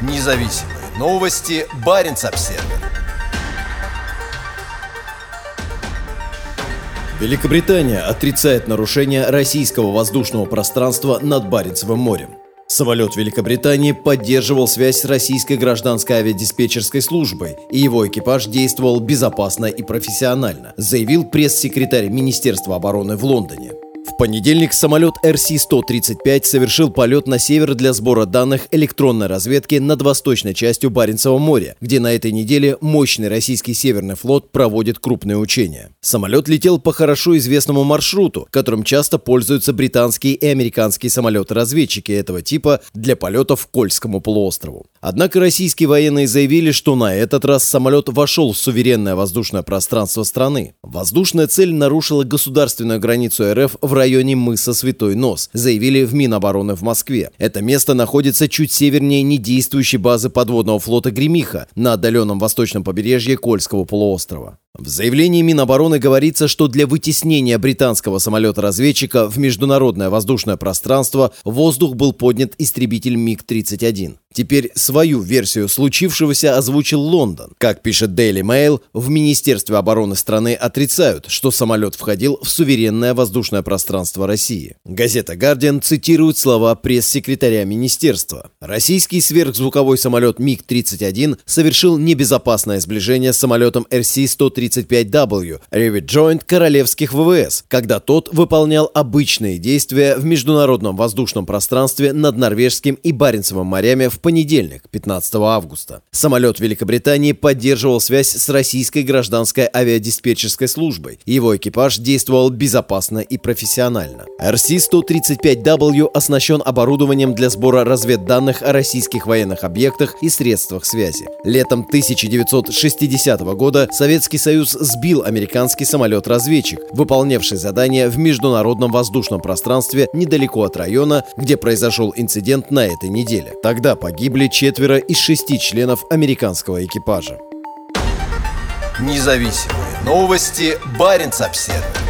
Независимые новости. Баренц-Обсервер. Великобритания отрицает нарушение российского воздушного пространства над Баренцевым морем. Самолет Великобритании поддерживал связь с российской гражданской авиадиспетчерской службой, и его экипаж действовал безопасно и профессионально, заявил пресс-секретарь Министерства обороны в Лондоне. В понедельник самолет RC-135 совершил полет на север для сбора данных электронной разведки над восточной частью Баренцева моря, где на этой неделе мощный российский Северный флот проводит крупные учения. Самолет летел по хорошо известному маршруту, которым часто пользуются британские и американские самолеты-разведчики этого типа для полетов к Кольскому полуострову. Однако российские военные заявили, что на этот раз самолет вошел в суверенное воздушное пространство страны. Воздушная цель нарушила государственную границу РФ в районе мыса Святой Нос, заявили в Минобороны в Москве. Это место находится чуть севернее недействующей базы подводного флота «Гремиха» на отдаленном восточном побережье Кольского полуострова. В заявлении Минобороны говорится, что для вытеснения британского самолета-разведчика в международное воздушное пространство в воздух был поднят истребитель МиГ-31. Теперь свою версию случившегося озвучил Лондон. Как пишет Daily Mail, в Министерстве обороны страны отрицают, что самолет входил в суверенное воздушное пространство России. Газета Guardian цитирует слова пресс-секретаря министерства. Российский сверхзвуковой самолет МиГ-31 совершил небезопасное сближение с самолетом RC-135W Revit Joint королевских ВВС, когда тот выполнял обычные действия в международном воздушном пространстве над Норвежским и Баренцевым морями в понедельник, 15 августа. Самолет Великобритании поддерживал связь с российской гражданской авиадиспетчерской службой. Его экипаж действовал безопасно и профессионально. RC-135W оснащен оборудованием для сбора разведданных о российских военных объектах и средствах связи. Летом 1960 года Советский Союз сбил американский самолет-разведчик, выполнявший задание в международном воздушном пространстве недалеко от района, где произошел инцидент на этой неделе. Тогда погибли 4 из 6 членов американского экипажа. Независимые новости. Баренц-Обсервер.